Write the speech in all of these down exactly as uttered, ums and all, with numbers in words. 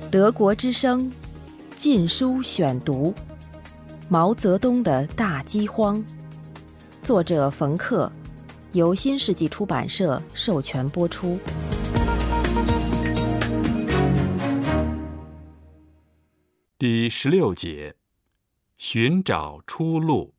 德国之声《禁书选读》，毛泽东的大饥荒，作者冯克，由新世纪出版社授权播出。 第十六节，寻找出路。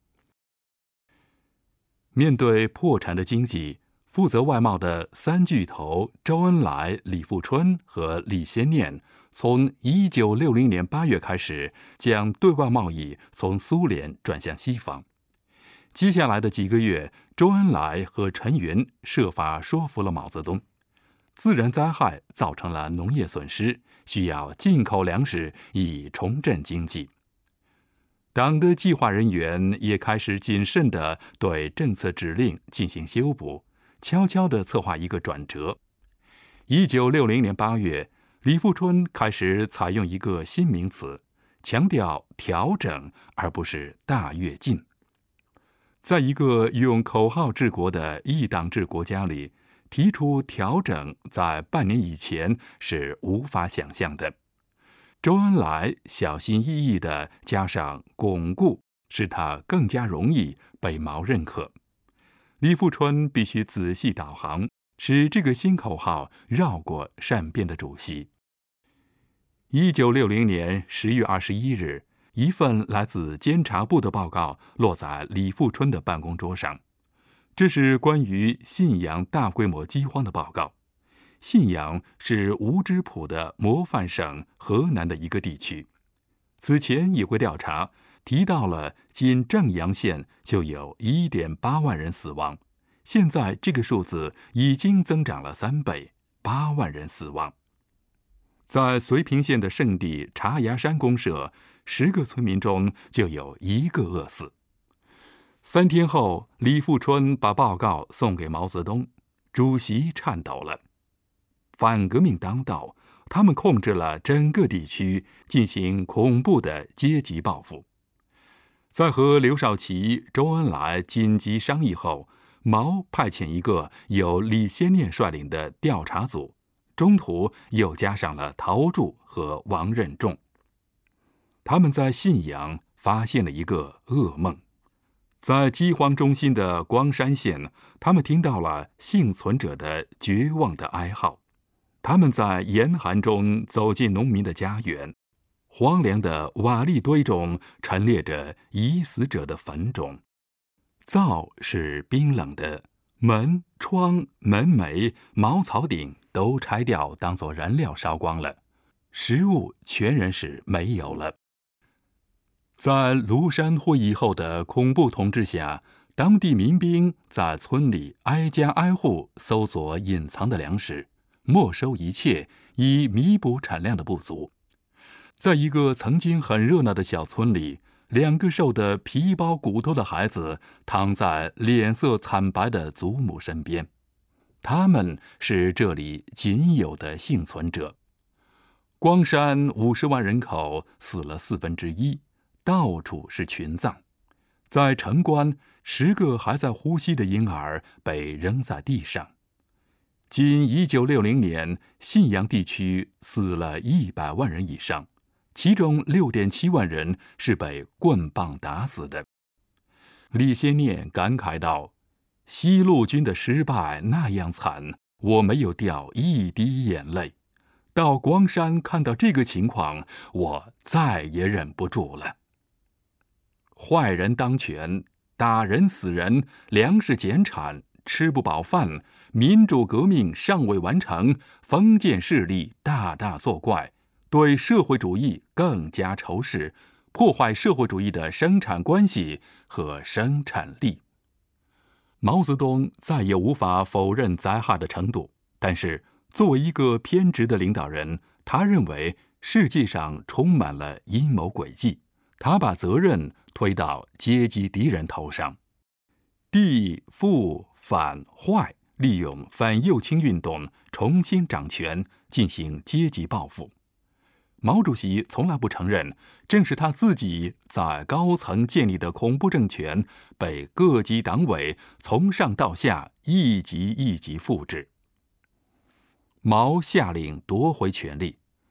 面对破产的经济，负责外贸的三巨头周恩来、李富春和李先念，从一九六零年八月开始，将对外贸易从苏联转向西方。接下来的几个月，周恩来和陈云设法说服了毛泽东。自然灾害造成了农业损失，需要进口粮食以重振经济。党的计划人员也开始谨慎地对政策指令进行修补，悄悄地策划一个转折。一九六零年八月，李富春开始采用一个新名词，强调调整而不是大跃进。在一个用口号治国的一党制国家里，提出调整在半年以前是无法想象的。周恩来小心翼翼地加上巩固，使他更加容易被毛认可。李富春必须仔细导航，使这个新口号绕过善变的主席。一九六零年十月二十一日，一份来自监察部的报告落在李富春的办公桌上。这是关于信阳大规模饥荒的报告。信阳是无织谱的模范省河南的一个地区。此前一回调查提到了，仅正阳县就有 一点八万人死亡，现在这个数字已经增长了三倍，八万人死亡。在绥平县的圣地茶崖山公社，十个村民中就有一个饿死。三天后，李富春把报告送给毛泽东，主席颤抖了。反革命当道，他们控制了整个地区，进行恐怖的阶级报复。在和刘少奇、周恩来紧急商议后，毛派遣一个由李先念率领的调查组，中途又加上了陶铸和王任重。他们在信阳发现了一个噩梦。在饥荒中心的光山县，他们听到了幸存者的绝望的哀号。他们在严寒中走进农民的家园，荒凉的瓦砾堆中陈列着已死者的坟冢。灶是冰冷的，门窗门楣茅草顶都拆掉当作燃料烧光了，食物全然是没有了。在庐山会议后的恐怖统治下，当地民兵在村里挨家挨户搜索隐藏的粮食，没收一切，以弥补产量的不足。在一个曾经很热闹的小村里，两个瘦得皮包骨头的孩子躺在脸色惨白的祖母身边，他们是这里仅有的幸存者。光山五十万人口，死了四分之一，到处是群葬。在城关，十个还在呼吸的婴儿被扔在地上。仅一九六零年，信阳地区死了一百万人以上，其中 六点七万人是被棍棒打死的。李先念感慨道：“西路军的失败那样惨，我没有掉一滴眼泪。到光山看到这个情况，我再也忍不住了。坏人当权，打人死人，粮食减产，吃不饱饭，民主革命尚未完成，封建势力大大作怪，对社会主义更加仇视，破坏社会主义的生产关系和生产力。”毛泽东再也无法否认灾害的程度，但是作为一个偏执的领导人，他认为世界上充满了阴谋诡计，他把责任推到阶级敌人头上。帝父反坏利用反右倾运动重新掌权，进行阶级报复。毛主席从来不承认，正是他自己在高层建立的恐怖政权被各级党委从上到下一级一级复制。毛下令夺回权力，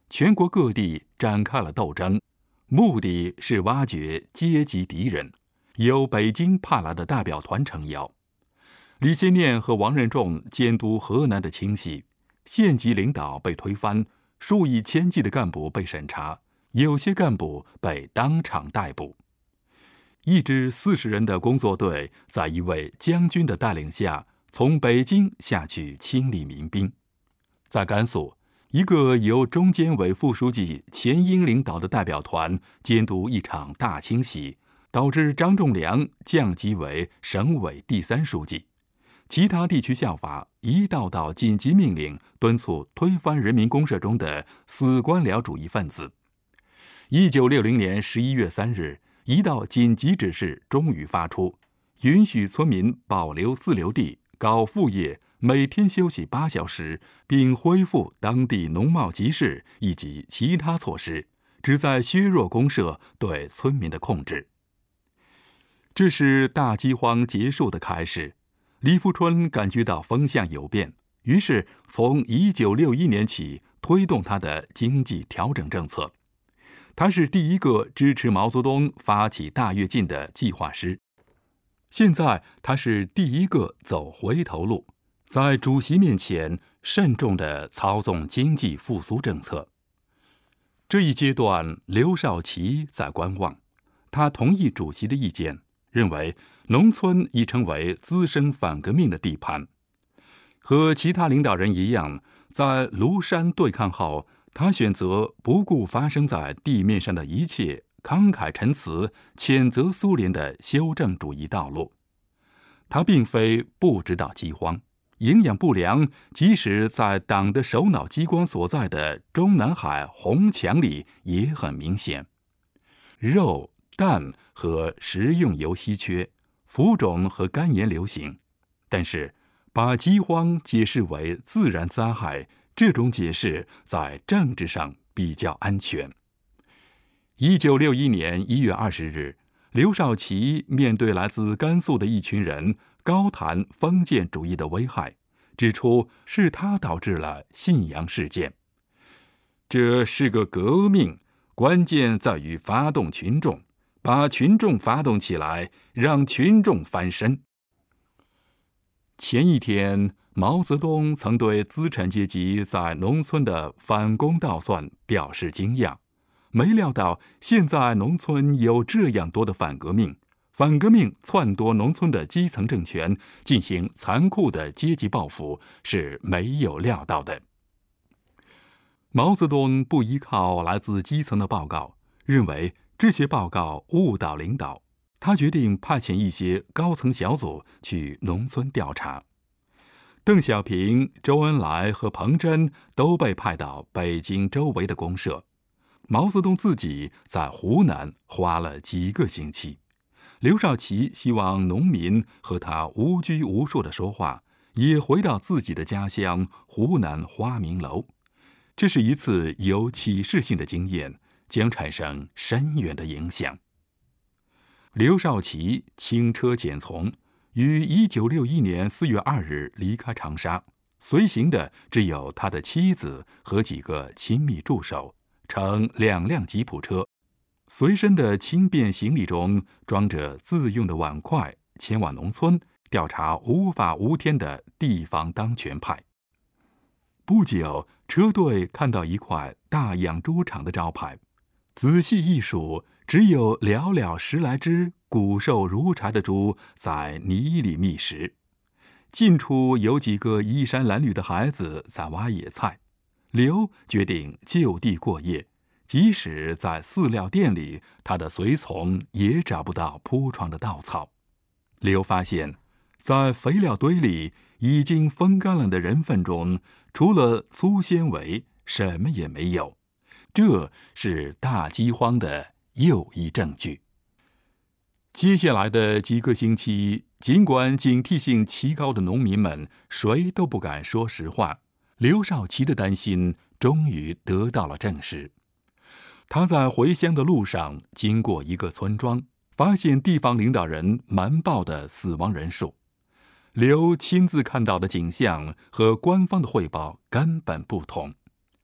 全国各地展开了斗争，目的是挖掘阶级敌人，由北京派来的代表团撑腰。李先念和王任重监督河南的清洗，县级领导被推翻，数以千计的干部被审查，有些干部被当场逮捕。一支四十人的工作队在一位将军的带领下，从北京下去清理民兵。在甘肃，一个由中监委副书记钱英领导的代表团监督一场大清洗，导致张仲良降级为省委第三书记。其他地区效法，一道道紧急命令敦促推翻人民公社中的死官僚主义分子。一九六零年十一月三日，一道紧急指示终于发出，允许村民保留自留地，搞副业，每天休息八小时，并恢复当地农贸集市以及其他措施，旨在削弱公社对村民的控制。这是大饥荒结束的开始。李富春感觉到风向有变，于是从一九六一年起推动他的经济调整政策。他是第一个支持毛泽东发起大跃进的计划师。现在他是第一个走回头路，在主席面前慎重地操纵经济复苏政策。这一阶段，刘少奇在观望，他同意主席的意见，认为农村已成为滋生反革命的地盘。和其他领导人一样，在庐山对抗后，他选择不顾发生在地面上的一切，慷慨陈词，谴责苏联的修正主义道路。他并非不知道饥荒，营养不良即使在党的首脑机关所在的中南海红墙里也很明显。肉、蛋和食用油稀缺，浮肿和肝炎流行，但是把饥荒解释为自然灾害，这种解释在政治上比较安全。一九六一年一月二十日，刘少奇面对来自甘肃的一群人，高谈封建主义的危害，指出是他导致了信阳事件。这是个革命，关键在于发动群众，把群众发动起来，让群众翻身。前一天，毛泽东曾对资产阶级在农村的反攻倒算表示惊讶，没料到现在农村有这样多的反革命，反革命篡夺农村的基层政权，进行残酷的阶级报复，是没有料到的。毛泽东不依靠来自基层的报告，认为这些报告误导领导，他决定派遣一些高层小组去农村调查。邓小平、周恩来和彭真都被派到北京周围的公社，毛泽东自己在湖南花了几个星期。刘少奇希望农民和他无拘无束地说话，也回到自己的家乡湖南花明楼。这是一次有启示性的经验，将产生深远的影响。刘少奇轻车简从，于一九六一年四月二日离开长沙，随行的只有他的妻子和几个亲密助手，乘两辆吉普车。随身的轻便行李中装着自用的碗筷，前往农村调查无法无天的地方当权派。不久，车队看到一块大养猪场的招牌，仔细一数，只有寥寥十来只骨瘦如柴的猪在泥里觅食。近处有几个衣衫褴褛的孩子在挖野菜。刘决定就地过夜，即使在饲料店里，他的随从也找不到铺床的稻草。刘发现，在肥料堆里已经风干了的人粪中，除了粗纤维，什么也没有。这是大饥荒的又一证据。接下来的几个星期，尽管警惕性奇高的农民们谁都不敢说实话，刘少奇的担心终于得到了证实。他在回乡的路上经过一个村庄，发现地方领导人瞒报的死亡人数。刘亲自看到的景象和官方的汇报根本不同。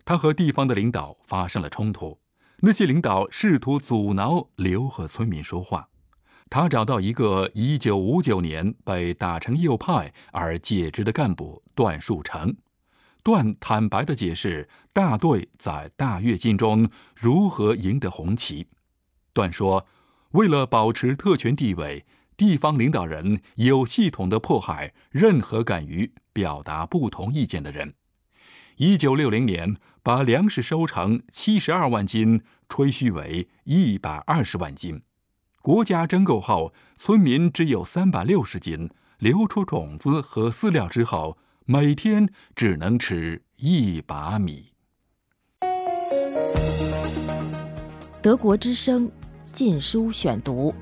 他和地方的领导发生了冲突，那些领导试图阻挠刘和村民说话。他找到一个一九五九年被打成右派而解职的干部段树成。段坦白地解释大队在大跃进中如何赢得红旗。段说，为了保持特权地位，地方领导人有系统地迫害任何敢于表达不同意见的人。一九六零年，把粮食收成七十二万斤吹嘘为一百二十万斤。国家征购后，村民只有三百六十斤，留出种子和饲料之后，每天只能吃一把米。 德国之声禁书选读。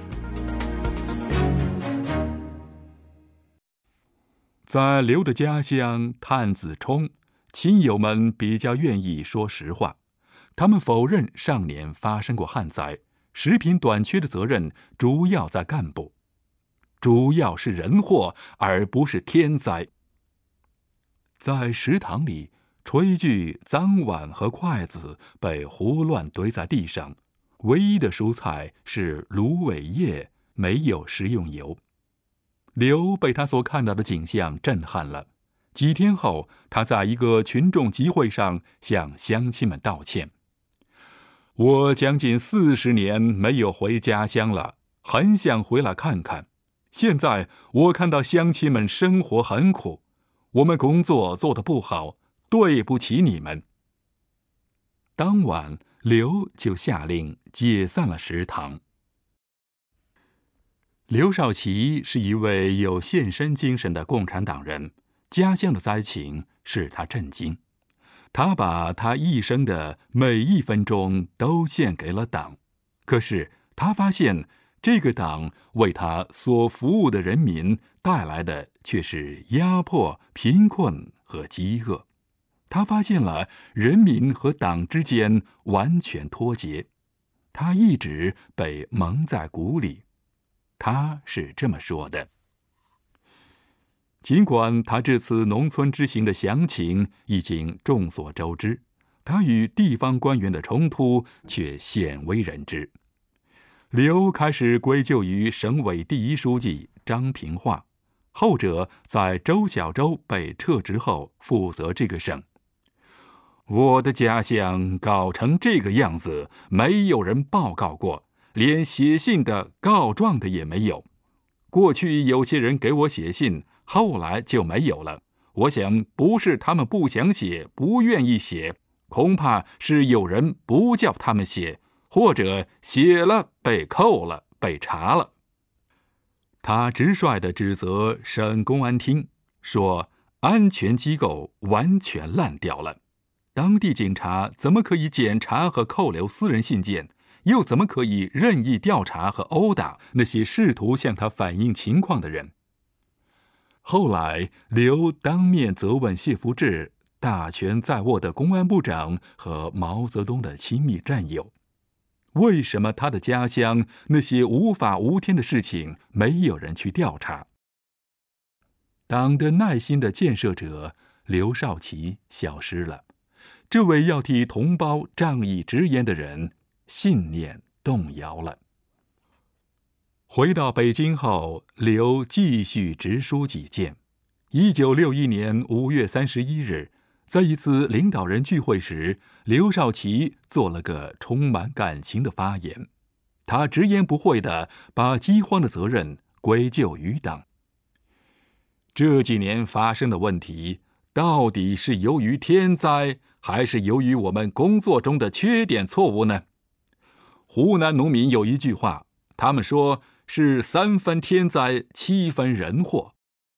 在刘的家乡探子冲，亲友们比较愿意说实话，他们否认上年发生过旱灾，食品短缺的责任主要在干部，主要是人祸，而不是天灾。在食堂里，炊具、脏碗和筷子被胡乱堆在地上，唯一的蔬菜是芦苇叶，没有食用油。刘被他所看到的景象震撼了。几天后，他在一个群众集会上向乡亲们道歉。我将近四十年没有回家乡了，很想回来看看。现在我看到乡亲们生活很苦，我们工作做得不好，对不起你们。当晚，刘就下令解散了食堂。刘少奇是一位有献身精神的共产党人，家乡的灾情使他震惊。他把他一生的每一分钟都献给了党，可是他发现这个党为他所服务的人民带来的却是压迫、贫困和饥饿。他发现了人民和党之间完全脱节，他一直被蒙在鼓里。他是这么说的。尽管他这次农村之行的详情已经众所周知，他与地方官员的冲突却鲜为人知。刘开始归咎于省委第一书记张平化，后者在周小舟被撤职后负责这个省。我的家乡搞成这个样子，没有人报告过，连写信的、告状的也没有。过去有些人给我写信，后来就没有了。我想不是他们不想写，不愿意写，恐怕是有人不叫他们写，或者写了被扣了，被查了。他直率地指责省公安厅，说安全机构完全烂掉了。当地警察怎么可以检查和扣留私人信件，又怎么可以任意调查和殴打那些试图向他反映情况的人？后来，刘当面责问谢福志，大权在握的公安部长和毛泽东的亲密战友，为什么他的家乡那些无法无天的事情没有人去调查？党的耐心的建设者刘少奇消失了，这位要替同胞仗义直言的人信念动摇了。回到北京后，刘继续直抒己见。一九六一年五月三十一日，在一次领导人聚会时，刘少奇做了个充满感情的发言。他直言不讳地把饥荒的责任归咎于党。这几年发生的问题，到底是由于天灾，还是由于我们工作中的缺点错误呢？湖南农民有一句话，他们说是三分天灾，七分人祸。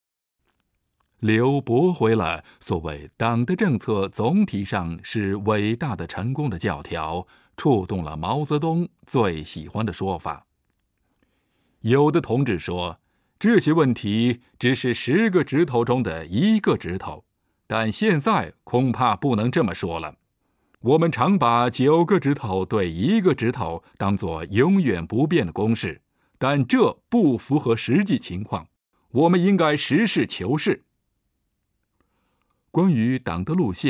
刘驳回了所谓党的政策总体上是伟大的成功的教条，触动了毛泽东最喜欢的说法。有的同志说，这些问题只是十个指头中的一个指头，但现在恐怕不能这么说了。我们常把九个指头对一个指头当作永远不变的公式，但这不符合实际情况。我们应该实事求是。关于党的路线，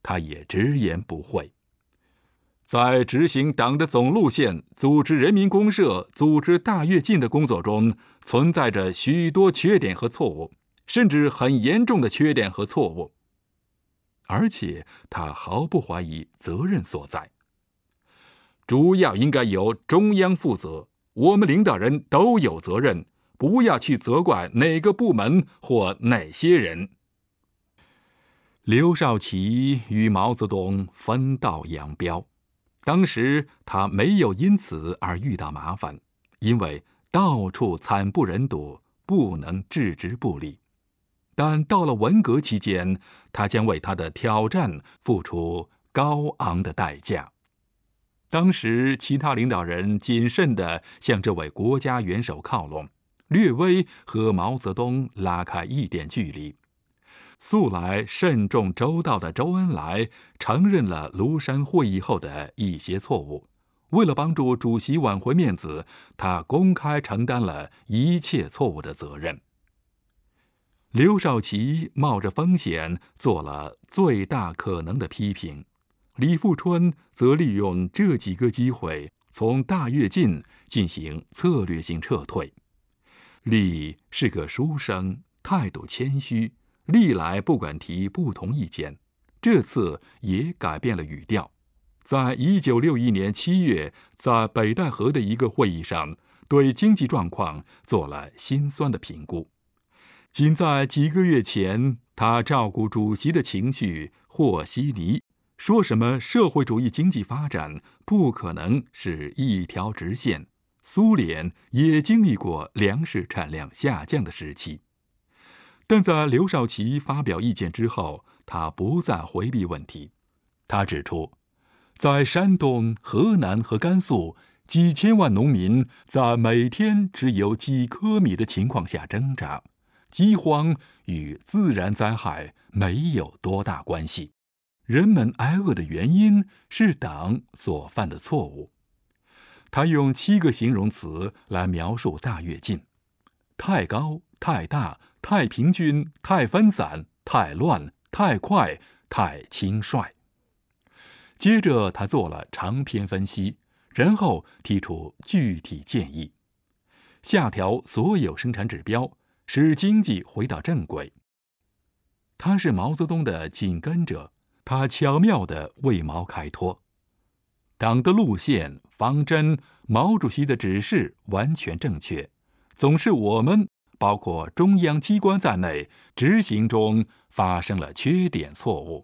他也直言不讳。在执行党的总路线、组织人民公社、组织大跃进的工作中，存在着许多缺点和错误，甚至很严重的缺点和错误。而且他毫不怀疑责任所在。主要应该由中央负责，我们领导人都有责任，不要去责怪哪个部门或哪些人。刘少奇与毛泽东分道扬镳，当时他没有因此而遇到麻烦，因为到处惨不忍睹，不能置之不理。但到了文革期间，他将为他的挑战付出高昂的代价。当时其他领导人谨慎地向这位国家元首靠拢，略微和毛泽东拉开一点距离。素来慎重周到的周恩来承认了庐山会议后的一些错误，为了帮助主席挽回面子，他公开承担了一切错误的责任。刘少奇冒着风险做了最大可能的批评，李富春则利用这几个机会从大跃进进行策略性撤退。李是个书生，态度谦虚，历来不敢提不同意见，这次也改变了语调。在一九六一年七月，在北戴河的一个会议上，对经济状况做了心酸的评估。仅在几个月前，他照顾主席的情绪和稀泥，说什么社会主义经济发展不可能是一条直线，苏联也经历过粮食产量下降的时期。但在刘少奇发表意见之后，他不再回避问题。他指出，在山东、河南和甘肃，几千万农民在每天只有几颗米的情况下挣扎，饥荒与自然灾害没有多大关系，人们挨饿的原因是党所犯的错误。他用七个形容词来描述大跃进：太高、太大、太平均、太分散、太乱、太快、太轻率。接着他做了长篇分析，然后提出具体建议：下调所有生产指标，使经济回到正轨。他是毛泽东的紧跟者，他巧妙地为毛开脱。党的路线、方针、毛主席的指示完全正确，总是我们包括中央机关在内执行中发生了缺点错误。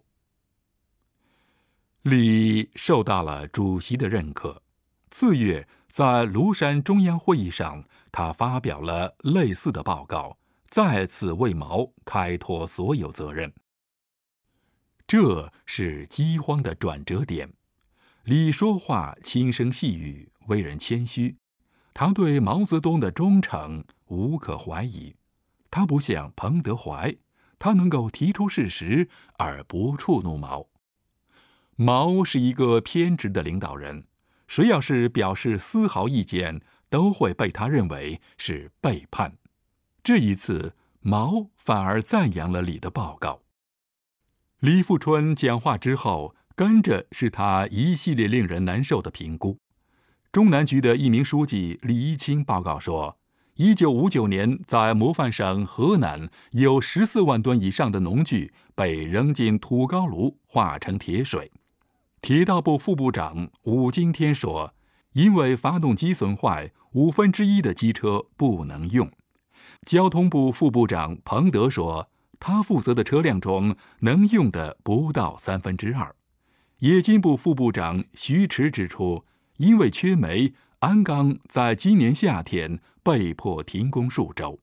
李受到了主席的认可，次月在庐山中央会议上，他发表了类似的报告，再次为毛开脱所有责任。这是饥荒的转折点。李说话轻声细语，为人谦虚，他对毛泽东的忠诚无可怀疑。他不像彭德怀，他能够提出事实而不触怒毛。毛是一个偏执的领导人，谁要是表示丝毫意见，都会被他认为是背叛。这一次，毛反而赞扬了李的报告。李富春讲话之后，跟着是他一系列令人难受的评估。中南局的一名书记李一清报告说，一九五九年在模范省河南有十四万吨以上的农具被扔进土高炉化成铁水。铁道部副部长武经天说，因为发动机损坏，五分之一的机车不能用。交通部副部长彭德说，他负责的车辆中能用的不到三分之二。冶金部副部长徐迟指出，因为缺煤，鞍钢在今年夏天被迫停工数周。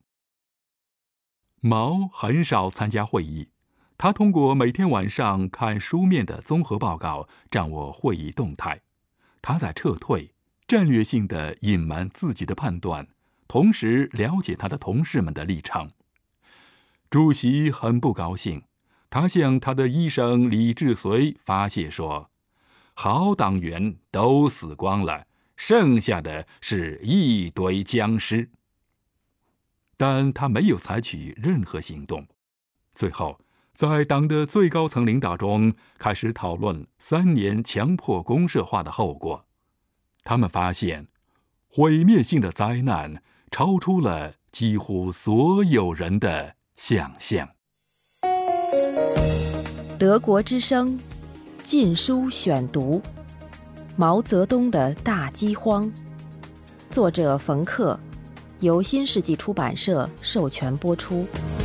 毛很少参加会议，他通过每天晚上看书面的综合报告掌握会议动态。他在撤退，战略性地隐瞒自己的判断，同时了解他的同事们的立场。主席很不高兴，他向他的医生李志绥发泄说，好党员都死光了，剩下的是一堆僵尸。但他没有采取任何行动。最后， 在党的最高层领导中开始讨论三年强迫公社化的后果。他们发现，毁灭性的灾难超出了几乎所有人的想象。 德国之声，禁书选读，毛泽东的大饥荒，作者冯克，由新世纪出版社授权播出。